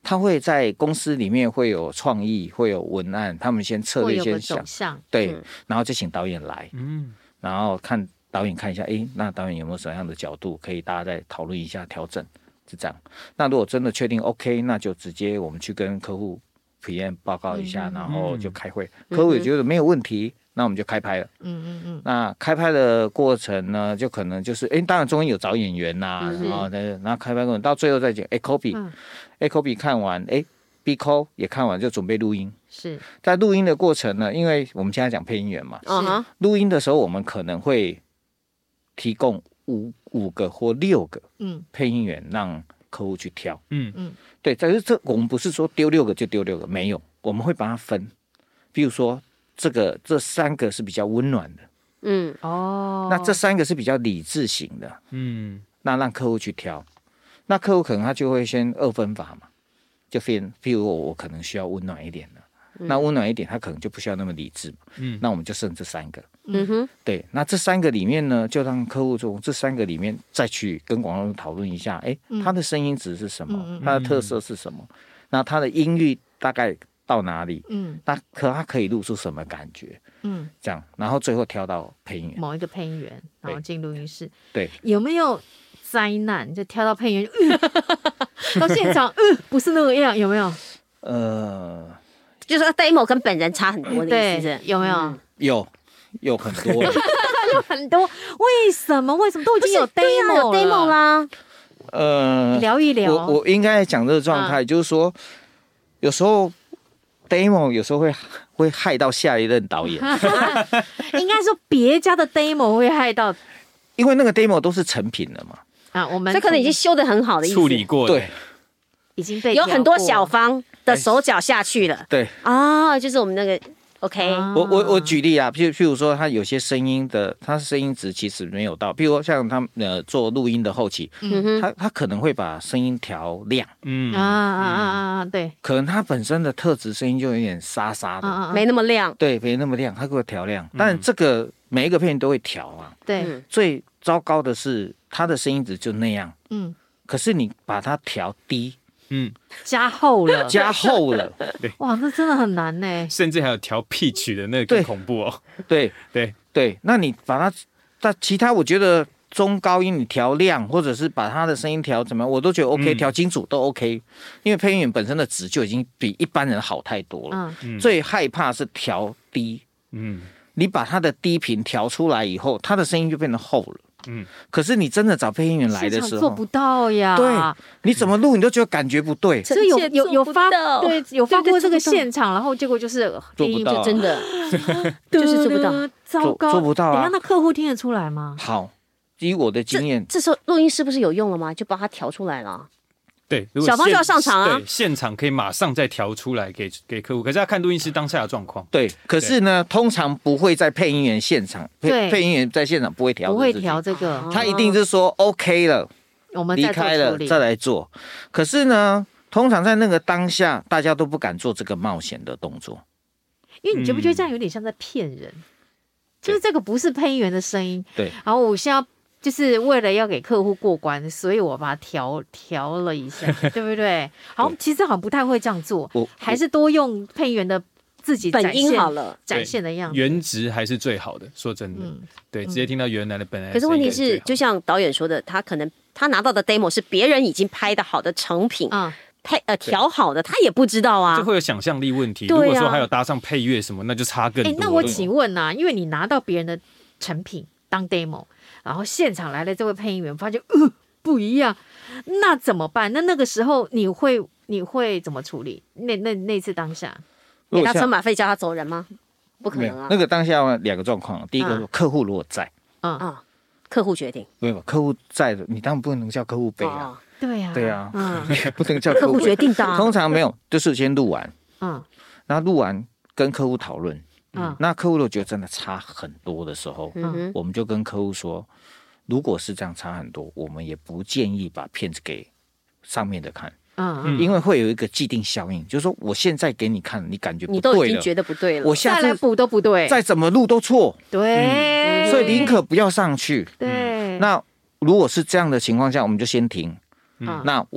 他会在公司里面会有创意，会有文案，他们先策略先想，对，嗯、然后就请导演来，嗯，然后看导演看一下，哎，那导演有没有什么样的角度可以大家再讨论一下调整，是这样。那如果真的确定 OK， 那就直接我们去跟客户 P M 报告一下，嗯、然后就开会，嗯、客户也觉得没有问题。那我们就开拍了，嗯嗯嗯。那开拍的过程呢，就可能就是，哎，当然中间有找演员呐、啊，然后呢，然后开拍过程到最后再讲 A copy，A copy 看完，哎 B call 也看完，就准备录音。 是在录音的过程呢，因为我们现在讲配音员嘛，录音的时候我们可能会提供五五个或六个配音员让客户去挑，嗯嗯，对，但是这我们不是说丢六个就丢六个，没有，我们会把它分，比如说。这个这三个是比较温暖的，嗯哦，那这三个是比较理智型的，嗯，那让客户去挑，那客户可能他就会先二分法嘛，就分，譬如我我可能需要温暖一点的，嗯、那温暖一点他可能就不需要那么理智嘛，嗯，那我们就剩这三个，嗯哼，对，那这三个里面呢，就让客户从这三个里面再去跟广告人讨论一下，哎，他的声音质是什么，嗯、他的特色是什么，嗯、那他的音域大概。到哪里？嗯，那可他可以录出什么感觉？嗯，这样，然后最后挑到配音员， 某一个配音员，然后进录音室。 对， 有没有灾难？就挑到配音员，呃、到现场，嗯、呃，不是那个样，有没有？ 呃，就是说 demo 跟本人差很多的意思， 有没有？ 嗯、有，有很多， 有很多。为什么？为什么都已经有 demo 了、 有 demo 啦？ 呃， 聊一聊。 我我应该讲这个状态，嗯、就是说，有时候。demo 有时候会会害到下一任导演， 应该说别家的 demo 会害到， 因为那个 demo 都是成品了嘛。 啊，我们这可能已经修得很好的意思， 处理过的， 对， 已经被有很多小方的手脚下去了。 对啊，就是我们那个 OK，、 啊、我我我举例啊，譬如譬如说，他有些声音的，他声音值其实没有到，譬如说像他呃做录音的后期，嗯、他他可能会把声音调亮，嗯啊啊啊啊，对， 可能他本身的特质声音就有点沙沙的，啊、 没那么亮， 对，没那么亮，他给我调亮，但这个每一个配音都会调啊， 对， 最糟糕的是他的声音值就那样，嗯，可是你把它调低。 嗯，加厚了， 加厚了， 对，哇，那真的很难呢。 甚至还有调 pitch 的那个更恐怖哦。 对对对，那你把它，但其他我觉得中高音你调亮，或者是把他的声音调怎么样，我都觉得 OK，调、嗯、清楚都 OK， 因为配音员本身的值就已经比一般人好太多了。嗯，最害怕是调低，嗯，你把他的低频调出来以后，他的声音就变得厚了。嗯，可是你真的找配音员来的时候做不到呀。 对，你怎么录你都觉得感觉不对。 所以有有有发对有发过这个现场，然后结果就是做不到， 真的就是做不到， 糟糕， 做不到啊。 等一下那客户听得出来吗？ 好，以我的经验， 这时候录音师不是有用了吗？就帮他调出来了。 对， 小方就要上场啊， 对，现场可以马上再调出来给给客户，可是要看录音师当下的状况。 对，可是呢，通常不会在配音员现场，配配音员在现场不会调， 不会调这个， 他一定是说 OK 了， 我们离开了再来做。可是呢，通常在那个当下，大家都不敢做这个冒险的动作， 因为你觉不觉得这样有点像在骗人？嗯、就是这个不是配音员的声音， 对， 然后我现在。就是为了要给客户过关，所以我把它调调了一下，对不对？好，其实好像不太会这样做，还是多用配音员的自己本音好了， 展现的样子， 原值还是最好的。说真的，嗯、对，直接听到原来的本来。 可是问题是，就像导演说的，他可能他拿到的 demo 是别人已经拍的好的成品，嗯。配呃调好的，他也不知道啊， 就会有想象力问题。啊、如果说还有搭上配乐什么，那就差更多。 那我请问啊，因为你拿到别人的成品当 demo。然后现场来了这位配音员，发现呃不一样，那怎么办？那那个时候你会你会怎么处理？那那那次当下， 给他车马费叫他走人吗？不可能啊！ 那个当下两个状况，第一个、嗯、客户如果在， 嗯啊，客户决定， 没有客户在的，你当然不能叫客户背啊， 哦、对呀、啊， 对啊， 嗯， 不能叫客户客户决定的、啊。 通常没有，就是先录完，嗯，然后录完跟客户讨论，嗯，那客户如果觉得真的差很多的时候，嗯，我们就跟客户说。如果是这样差很多，我们也不建议把片子给上面的看，嗯，因为会有一个既定效应，就是说我现在给你看，你感觉不对了， 你都已经觉得不对了， 我下次再来补都不对， 再怎么录都错， 对、 嗯，所以宁可不要上去。 对、嗯， 那如果是这样的情况下，我们就先停，嗯，那我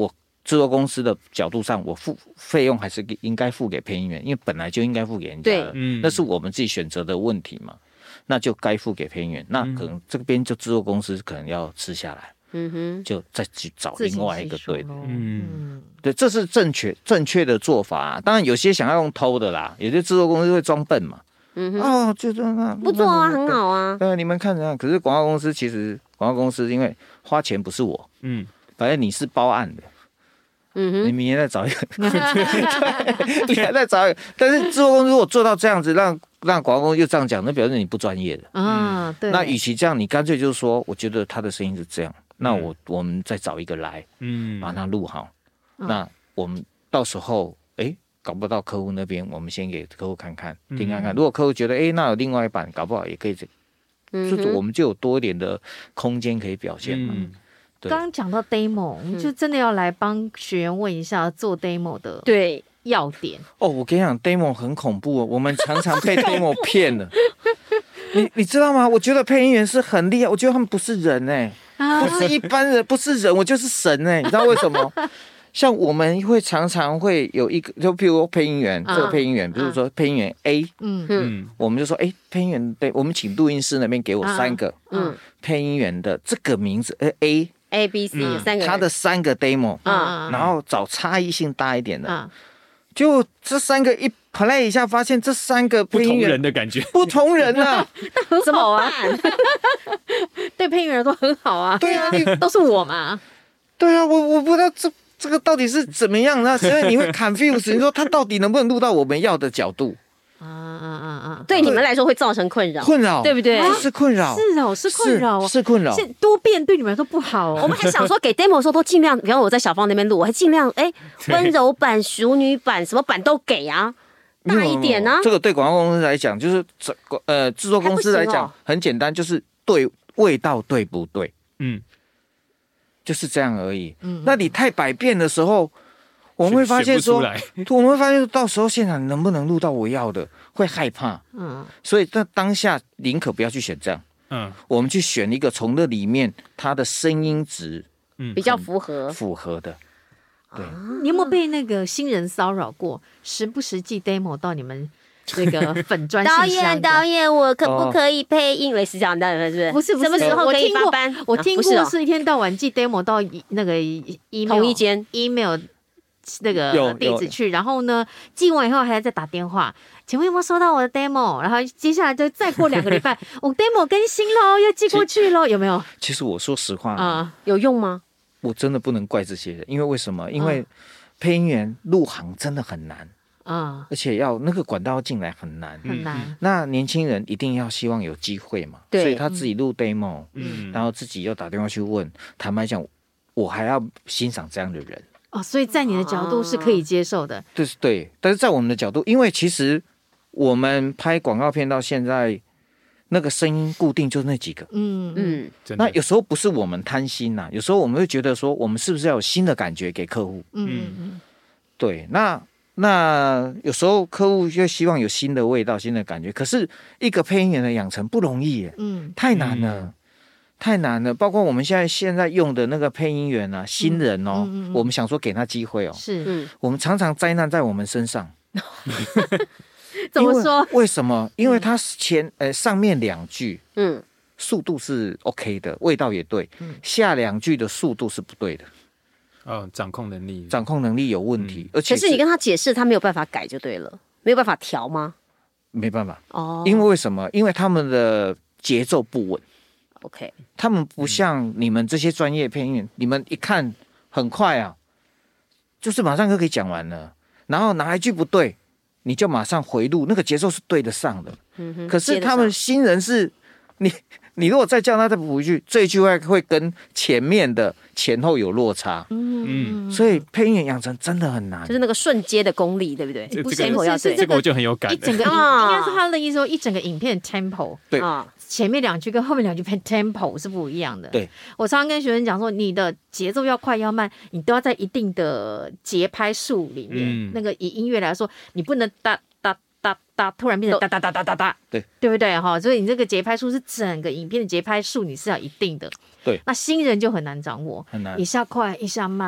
制作公司的角度上，我付费用还是应该付给配音员，因为本来就应该付给人家的，嗯，那是我们自己选择的问题嘛，那就该付给配音员。那可能这边就制作公司可能要吃下来，嗯哼，就再去找另外一个对的，嗯，对，这是正确正确的做法啊。当然有些想要用偷的啦，有些制作公司会装笨嘛。嗯哼，哦，就这样， 不错啊，很好啊。 对，你们看怎样？可是广告公司其实广告公司因为花钱不是我，嗯，反正你是包案的，嗯哼，你明天再找一个，你还在找一个。但是制作公司如果做到这样子，让让广告公司又这样讲，那表示你不专业的啊。对。 那与其这样，你干脆就是说，我觉得他的声音是这样，那我、嗯、我们再找一个来，嗯，把它录好。嗯、那我们到时候，哎。搞不到客户那边，我们先给客户看看、听看看。如果客户觉得，哎、欸，那有另外一版，搞不好也可以这，就是我们就有多一点的空间可以表现嘛。嗯、 刚刚讲到 demo，、嗯、就真的要来帮学员问一下做 demo 的对要点。 哦，我跟你讲 ，demo 很恐怖、哦，我们常常被 demo 骗了。你你知道吗？我觉得配音员是很厉害，我觉得他们不是人哎、欸，不是一般人，不是人，我就是神哎、欸，你知道为什么？像我们会常常会有一个，就譬如配音员，啊、这个配音员，比如说配音员 A， 嗯嗯，我们就说，哎、欸，配音员，对，我们请录音师那边给我三个，嗯，配音员的这个名字，呃 A A B C、嗯、三个， 他的三个 demo， 啊，然后找差异性大一点的，啊，就这三个一 play 一下，发现这三个配音员不同人的感觉， 不同人啊， 那很好啊，对配音员都很好啊， 对啊， 都是我嘛， 对啊，我我不知道这。这个到底是怎么样呢？所以你会 confuse， 你说他到底能不能录到我们要的角度？ 啊啊啊啊！对你们来说会造成困扰， 困扰， 对不对？ 啊、是困扰， 是哦，是困扰， 是, 是困扰。 多变对你们来说不好哦。 我们还想说给 demo 的时候都尽量，比方我在小芳那边录，我还尽量哎温柔版、熟女版什么版都给啊，大一点啊。 这个对广告公司来讲，就是呃制作公司来讲、哦、很简单，就是对味道对不对？嗯。就是这样而已。嗯，那你太百变的时候，我们会发现说，我们会发现到时候现场能不能录到我要的，会害怕。嗯，所以在当下宁可不要去选这样。嗯，我们去选一个从那里面它的声音质， 嗯，比较符合符合的。对， 你有没有被那个新人骚扰过？时不时寄 demo 到你们？这个粉专导演导演，我可不可以配音？类似这样的，是不是？不是， 什么时候可以发班？ 我听过是一天到晚寄 demo 到那个 email 同一间 email 那个地址去，然后呢，寄完以后还要再打电话，请问有没有收到我的 demo？ 然后接下来就再过两个礼拜，我 demo 更新喽，要寄过去喽，有没有？ 其实我说实话啊，有用吗？ 我真的不能怪这些人，因为为什么？因为配音员入行真的很难。啊、嗯，而且要那个管道进来很难， 很难。 那年轻人一定要希望有机会嘛，所以他自己录 demo，嗯，然后自己又打电话去问。坦白讲，我还要欣赏这样的人哦，所以在你的角度是可以接受的， 对、啊、对。但是在我们的角度，因为其实我们拍广告片到现在，那个声音固定就是那几个，嗯嗯。那有时候不是我们贪心呐、啊，有时候我们会觉得说，我们是不是要有新的感觉给客户？嗯嗯，对，那。那有时候客户就希望有新的味道、新的感觉，可是一个配音员的养成不容易耶，嗯，太难了，嗯、太难了。包括我们现在现在用的那个配音员啊，新人哦，嗯嗯嗯、我们想说给他机会哦， 是，嗯、 我们常常灾难在我们身上。 怎么说？ 为, 为什么？因为他前呃上面两句，嗯，速度是 OK 的，味道也对，嗯、下两句的速度是不对的。 哦，掌控能力， 掌控能力有问题，嗯、而且可是你跟他解释，他没有办法改就对了，没有办法调吗？ 没办法哦，因为为什么？因为他们的节奏不稳。 OK， 他们不像你们这些专业配音员，你们一看很快啊，就是马上就可以讲完了，然后哪一句不对，你就马上回录，那个节奏是对得上的。嗯哼，可是他们新人是你。你如果再叫他再补一句，这一句会会跟前面的前后有落差，嗯，所以配音员养成真的很难， 就是那个瞬间的功力，对不对？ 不是， 要是这个我就很有感。 一整个应该是他的意思说，一整个影片 tempo， 对啊，前面两句跟后面两句 tempo 是不一样的。 对，我常常跟学生讲说，你的节奏要快要慢，你都要在一定的节拍数里面。嗯、那个以音乐来说，你不能哒。哒哒，突然变成哒哒哒哒哒哒， 对对不对哈？所以你这个节拍数是整个影片的节拍数，你是要一定的。 对， 那新人就很难掌握， 很难， 一下快一下慢，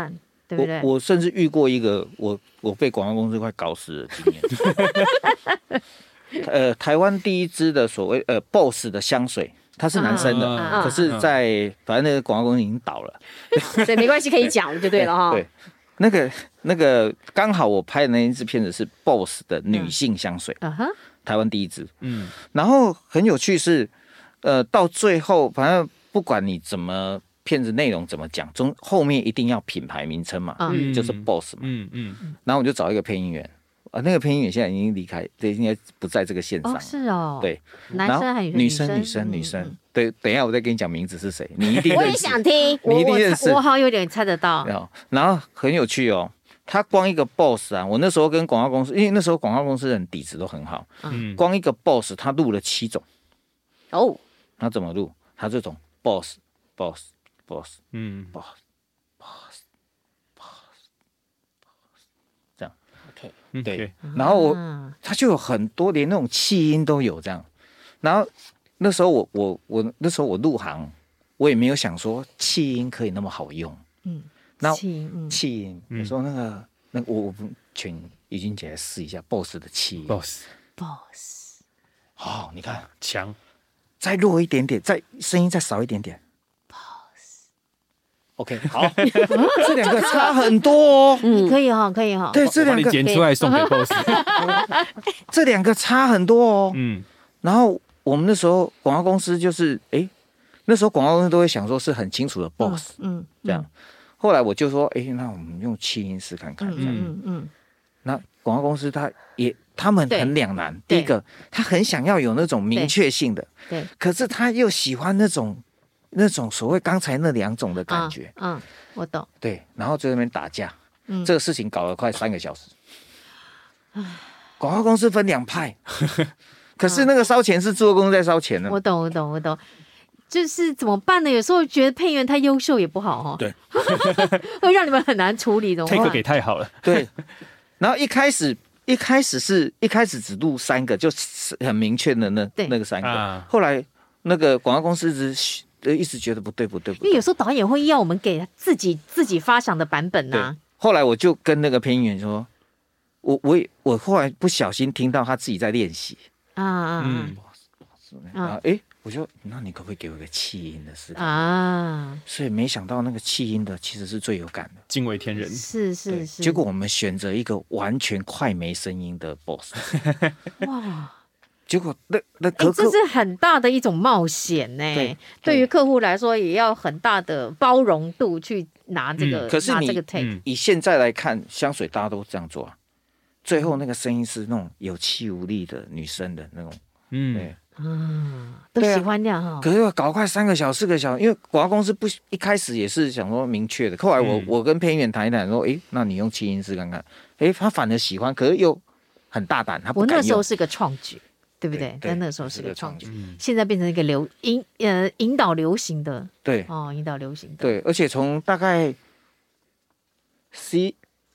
对不对？ 我我甚至遇过一个我我被广告公司快搞死的经验。呃，台湾第一支的所谓呃 B O S S 的香水，它是男生的， 嗯可是在反正那个广告公司已经倒了， 所以没关系，可以讲了就对了哈。 对，那个那个刚好我拍的那一支片子是 B O S S 的女性香水， 嗯哼， 台湾第一支。 嗯， 然后很有趣是，呃，到最后反正不管你怎么片子内容怎么讲，中后面一定要品牌名称嘛， 嗯就是 B O S S 嘛。 嗯嗯， 然后我就找一个配音员。啊，那个配音员现在已经离开，对，应该不在这个线上。 哦，是哦， 对， 男生还是女生？女生，女生。对，等一下我再跟你讲名字是谁，你一定我也想听， 你一定认识。 我好像有点猜得到。 然后很有趣哦，他光一个 B O S S 啊，我那时候跟广告公司，因为那时候广告公司人底子都很好，嗯，光一个 B O S S 他录了七种。 哦， 他怎么录？他这种 B O S S，B O S S，B O S S， 嗯 ，B O S S，B O S S，B O S S，这样。 OK。 对，然后我他就有很多，连那种气音都有这样。然后那时候我我我那时候我入行，我也没有想说气音可以那么好用。嗯，然后气音，气音，我说那个那个我我请怡君姐来试一下 B O S S 的气音。 B O S S，B O S S， 哦，你看强， 再弱一点点，再声音再少一点点。 B O S S，OK， 好，这两个差很多哦。 嗯，可以哈，可以哈。 对，这两个剪出来送给 B O S S。 这两个差很多哦。 嗯， 然后我们那时候广告公司就是，哎，那时候广告公司都会想说是很清楚的 B O S S， 嗯，这样。后来我就说，哎，那我们用气音试看看。嗯嗯。那广告公司他也他们很两难，第一个他很想要有那种明确性的，对，可是他又喜欢那种。那种所谓刚才那两种的感觉， 嗯，嗯我懂。 对，然后在那边打架，嗯，这个事情搞了快三个小时。广告公司分两派，可是那个烧钱是制作公司在烧钱呢。 我懂，我懂，我懂。就是怎么办呢？有时候觉得配音员太优秀也不好哦， 对， 会让你们很难处理的。 take 给太好了， 对。然后一开始一开始是一开始只录三个，就很明确的那那个三个，啊、后来那个广告公司一直。一直觉得不对不对不对， 因为有时候导演会要我们给自己自己发想的版本啊。 后来我就跟那个配音员说，我我也我后来不小心听到他自己在练习啊啊嗯啊哎，我说那你可不可以给我一个气音的试啊？所以没想到那个气音的其实是最有感的， 惊为天人。 是是是。 结果我们选择一个完全快没声音的 B O S S， 哇！结果那那可可、欸、这是很大的一种冒险呢。对，对于客户来说，也要很大的包容度去拿这个。 嗯、可是你拿这个 take、嗯、 以现在来看，香水大家都这样做啊。最后那个声音是那种有气无力的女生的那种，嗯，对， 嗯，都喜欢这样哈、哦。 可是要搞快三个小时、四个小时，因为广告公司不一开始也是想说明确的，后来我、嗯、我跟配音员谈一谈，说，哎、欸，那你用气音试看看，哎、欸，他反而喜欢，可是又很大胆，他不敢用。 我那时候是个创举。对不对？在那时候是个创举，现在变成一个流引呃引导流行的， 对哦，引导流行的， 对，而且从大概西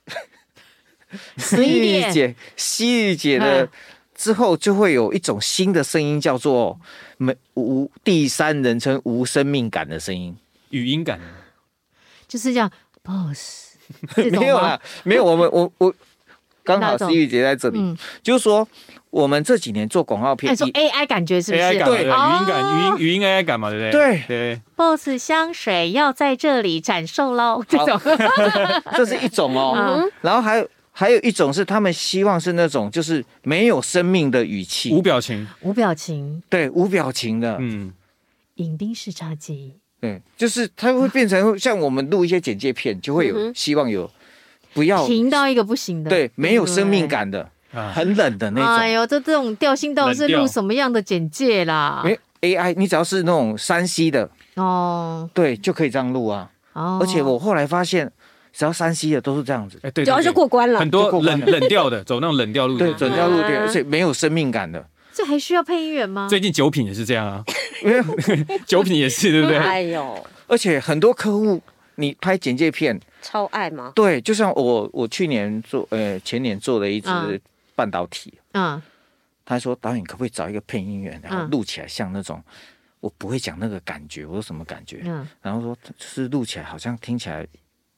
西域姐西域姐的之后，就会有一种新的声音，叫做没无第三人称无生命感的声音， 语音感， 就是这样 ，boss， 没有啦，没有，我们我我刚好西域姐在这里，嗯、就是说。我们这几年做广告片， 你说 A I 感觉是不是 ？A I 感对，语音感、语音语音 A I 感嘛，对不对？ 对对。 B O S S 香水要在这里展售喽，这种， 这是一种哦。嗯、然后还有还有一种是他们希望是那种就是没有生命的语气， 无表情， 无表情， 对，无表情的， 嗯， 影丁式炸鸡， 对，就是它会变成像我们录一些简介片，就会有希望有不要停到一个不行的， 对，没有生命感的。很冷的那种， 哎呦，这这种调性到底是录什么样的简介啦？ 因为 A I， 你只要是那种三 C 的哦， 对，就可以这样录啊。哦，而且我后来发现，只要三 C 的都是这样子， 哎，对， 只要就过关了。 很多冷冷调的，走那种冷调路线， 对，冷调路线，而且没有生命感的。 这还需要配音员吗？ 最近酒品也是这样啊，酒品也是，对不对？ 哎呦， 而且很多客户，你拍简介片， 超爱吗？ 对，就像我我去年做，呃，前年做了一支。半导体，嗯，他说导演可不可以找一个配音员，然后录起来像那种，嗯、我不会讲那个感觉，我说什么感觉？嗯，然后说就是录起来好像听起来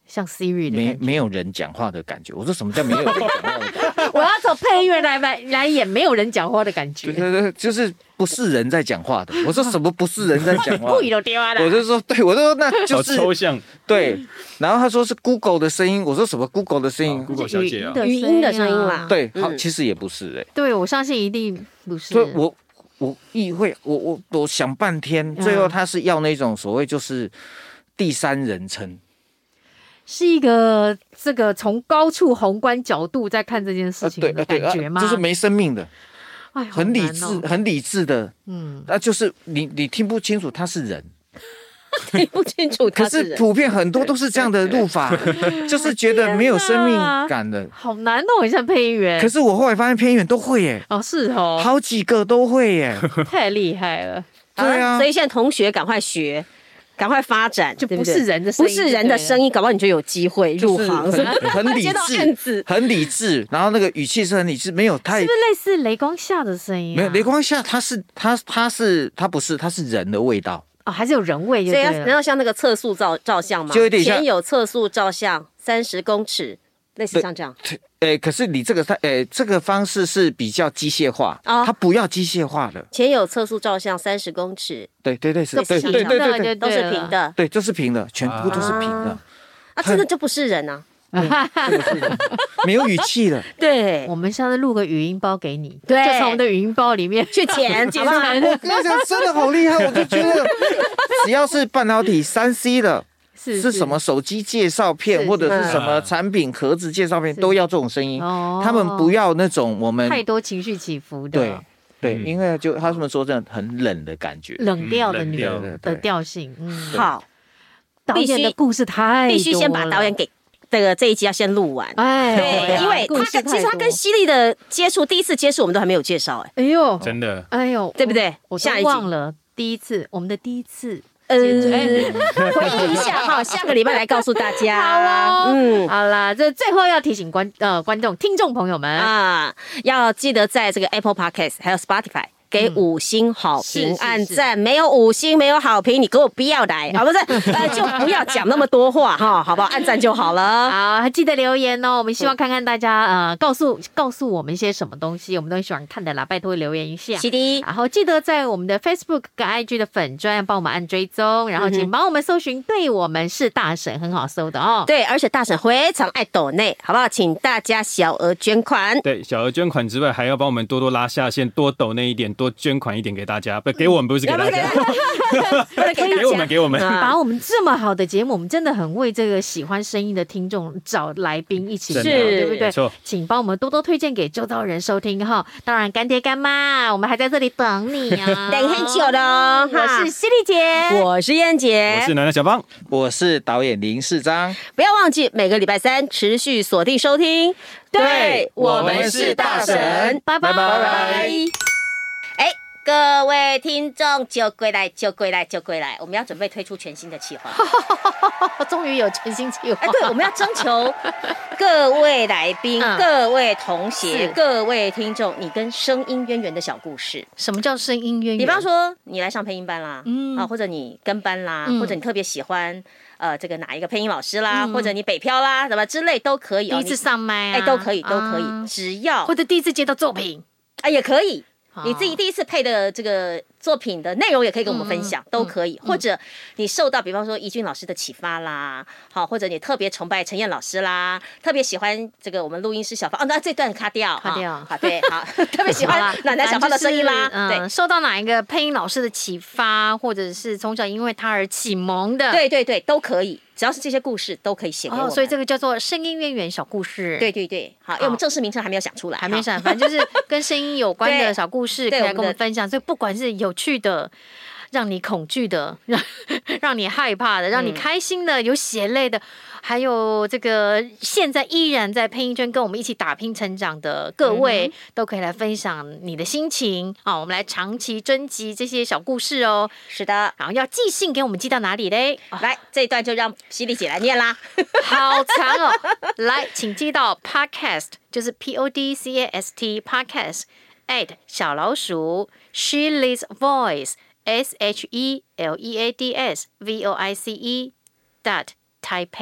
像 Siri 的没没有人讲话的感觉。我说什么叫没有人讲话的感觉？ 我要从配音员来来来演没有人讲话的感觉。 对对对，就是不是人在讲话的。我说什么不是人在讲话？ 故意都丢啊！ 我就说对，我就说那就是抽象。 对，然后他说是 Google 的声音，我说什么 Google 的声音、 哦、？Google 小姐啊， 语音的声音啦。 对，好，其实也不是哎、欸。 对，我相信一定不是。 所以我我意会，我我我想半天，最后他是要那种所谓就是第三人称。 是一个这个从高处宏观角度在看这件事情的感觉吗？ 呃、就是没生命的， 哎， 很理智、哦、很理智的，嗯，那、啊、就是你你听不清楚他是人， 听不清楚他是人。 可是普遍很多都是这样的录法，就是觉得没有生命感的， 好难哦，很像配音员。 可是我后来发现配音员都会耶， 哦是哦， 好几个都会耶， 太厉害了。 对啊， 所以现在同学赶快学。赶快发展， 就不是人的声音， 不是人的声音，搞不好你就有机会入行， 就是、很, 很理智，很理智，然后那个语气是很理智，没有太是不是类似雷光下的声音、啊？ 没有，雷光下他是他他是他不是他是人的味道哦，还是有人味就对了， 所以要像那个测速照照相嘛， 就有点像前有测速照相三十公尺。类似像这样， 诶，可是你这个它，诶，这个方式是比较机械化，哦、它不要机械化的。 前有测速照相三十公尺， 对对对，是，对对对对对， 都是平的， 对，就是平的，全部都是平的。 啊，真的就不是人啊， 嗯、这个是人没有语气的。 对， 我们下次录个语音包给你， 对， 就从我们的语音包里面去剪， 剪出来。 我跟你讲，真的好厉害，我就觉得只要是半导体三 C 的。是, 是什么手机介绍片或者是什么产品盒子介绍片都要这种声音，他们不要那种我们太多情绪起伏的。 对对，嗯、因为就他们说真的很冷的感觉， 冷调的你的的调性。嗯， 好， 导演的故事太必须先把导演给这个这一集要先录完。 哎， 对，因为他其实他跟犀利的接触，第一次接触我们都还没有介绍，哎， 哎呦， 真的， 哎呦， 对不对？ 我都忘了第一次，我们的第一次。 呃，回忆一下哈，下个礼拜来告诉大家。 好哦，嗯，好啦，这最后要提醒观呃观众、听众朋友们啊， 要记得在这个 Apple Podcast 还有 Spotify 给五星好评、 嗯、 按赞。没有五星，没有好评，你给我不要来啊！不是，呃，就不要讲那么多话哈，好不好？按赞就好了。 好，还记得留言哦。我们希望看看大家呃，告诉告诉我们一些什么东西，我们都很喜欢看的啦，拜托留言一下。 是的。 然后记得在我们的 Facebook 跟 I G 的粉专帮我们按追踪，然后请帮我们搜寻，对我们是大婶，很好搜的哦。 对，而且大婶非常爱抖内，好不好？请大家小额捐款。 对，小额捐款之外，还要帮我们多多拉下线，多抖内一点，多捐款一点给大家，不给我们，不是给大家，给我们，给我们。 把我们这么好的节目，我们真的很为这个喜欢声音的听众找来宾一起聊，对不对？请帮我们多多推荐给周遭人收听哈。当然，干爹干妈，我们还在这里等你啊， 等很久的哦。 我是犀利姐， 我是燕姐， 我是奶奶小芳， 我是导演林世章。 不要忘记每个礼拜三持续锁定收听。 对，我们是大神， 拜拜拜拜。 哎，各位听众，就归来，就归来，就归来，我们要准备推出全新的企划。 终于有全新企划。 哎，对，我们要征求各位来宾、嗯、各位同学、各位听众，你跟声音渊源的小故事。 什么叫声音渊源？ 比方说，你来上配音班啦，嗯啊，或者你跟班啦，嗯、或者你特别喜欢。呃，这个哪一个配音老师啦，嗯、或者你北漂啦，什么之类都可以。 第一次上麦啊， 哎，都可以，都可以，啊、只要或者第一次接到作品， 啊，也可以。你自己第一次配的这个作品的内容也可以跟我们分享，嗯、都可以。嗯、或者你受到比方说怡君老师的启发啦，好，或者你特别崇拜陈燕老师啦，特别喜欢这个我们录音师小芳，哦，那这段卡掉， 卡掉， 好，对，好，特别喜欢奶奶小芳的声音啦， 嗯、对，受到哪一个配音老师的启发，或者是从小因为他而启蒙的， 对对对，都可以。只要是这些故事都可以写给我们、 哦，所以这个叫做声音渊源小故事。 对对对，好，因为我们正式名称还没有想出来， 还没想，反正就是跟声音有关的小故事，可以来跟我们分享。所以不管是有趣的、让你恐惧的、让让你害怕的、让你开心的、有血泪的，还有这个现在依然在配音圈跟我们一起打拼成长的各位，嗯、都可以来分享你的心情啊！我们来长期征集这些小故事哦。 是的， 然后要寄信给我们，寄到哪里嘞？ 来，这一段就让犀利姐来念啦。 好长哦，来，请寄到 podcast， 就是 P O D C A S T podcast at 小老鼠 Sheila's Voice S H E L E A D S V O I C E dot Taipei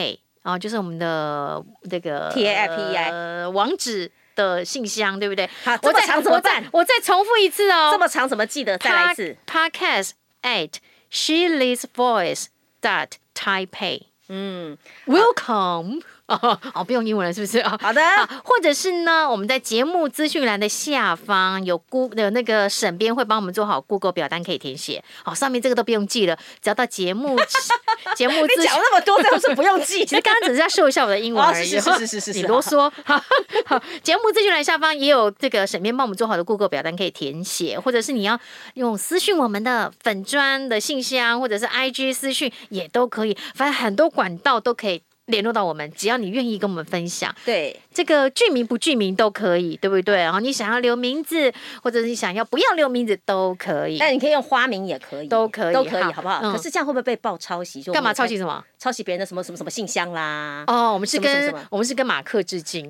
啊，就是我们的这个 T A I P E I 呃网址的信箱，对不对？ 好，这么长怎么办？ 我再重复一次哦， 这么长怎么记得？再来一次 ，podcast at Shirley's Voice dot Taipei。嗯 ，Welcome。哦，哦，不用英文了，是不是？哦， 好的。 或者是呢，我们在节目资讯栏的下方有 Google 的那个审编会帮我们做好 Google 表单可以填写。好，上面这个都不用记了，只要到节目节目资讯。 你讲那么多，这样是不用记。 其实刚刚只是在秀一下我的英文而已。 是是是是是， 你啰嗦。好，好，节目资讯栏下方也有这个审编帮我们做好的 Google 表单可以填写，或者是你要用私讯我们的粉专的信箱，或者是 I G 私讯也都可以，反正很多管道都可以联络到我们，只要你愿意跟我们分享， 对这个剧名不剧名都可以，对不对？然后你想要留名字，或者是你想要不要留名字都可以。 但你可以用花名也可以， 都可以， 都可以，好不好？可是这样会不会被爆抄袭？ 干嘛抄袭什么？ 抄袭别人的什么什么什么信箱啦？ 哦，我们是跟我们是跟马克致敬。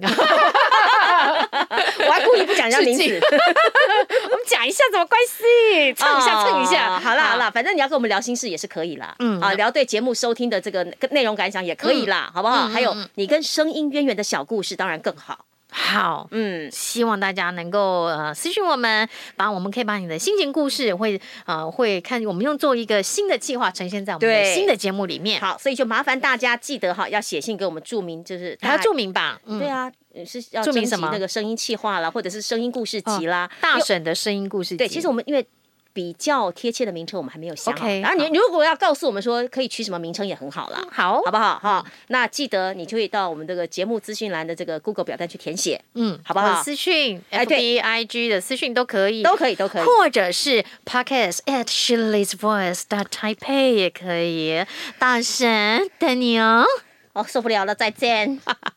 我还故意不讲人家名字， 我们讲一下什么关系？蹭一下，蹭一下。 好啦好啦，反正你要跟我们聊心事也是可以啦。嗯，啊，聊对节目收听的这个内容感想也可以啦，好不好？还有你跟声音渊源的小故事，当然更好。 好，嗯，希望大家能够呃私讯我们，把我们可以把你的心情故事会呃会看，我们用做一个新的计划呈现在我们的新的节目里面。 好，所以就麻烦大家记得哈，要写信给我们注明，就是还要注明吧？ 嗯、对啊。是要征集那个声音企划啦，或者是声音故事集啦， 哦、大婶的声音故事集。 对，其实我们因为比较贴切的名称我们还没有想好， okay, 然后你如果要告诉我们说可以取什么名称也很好啦， 好， 好不好？哈、嗯，那记得你就会到我们这个节目资讯栏的这个 Google 表单去填写，嗯，好不好？ 私讯 F B、I G 的私讯都可以， 都可以，都可以， 或者是 Podcast at Shirley's Voice dot Taipei 也可以。大婶等你哦， 哦，受不了了，再见。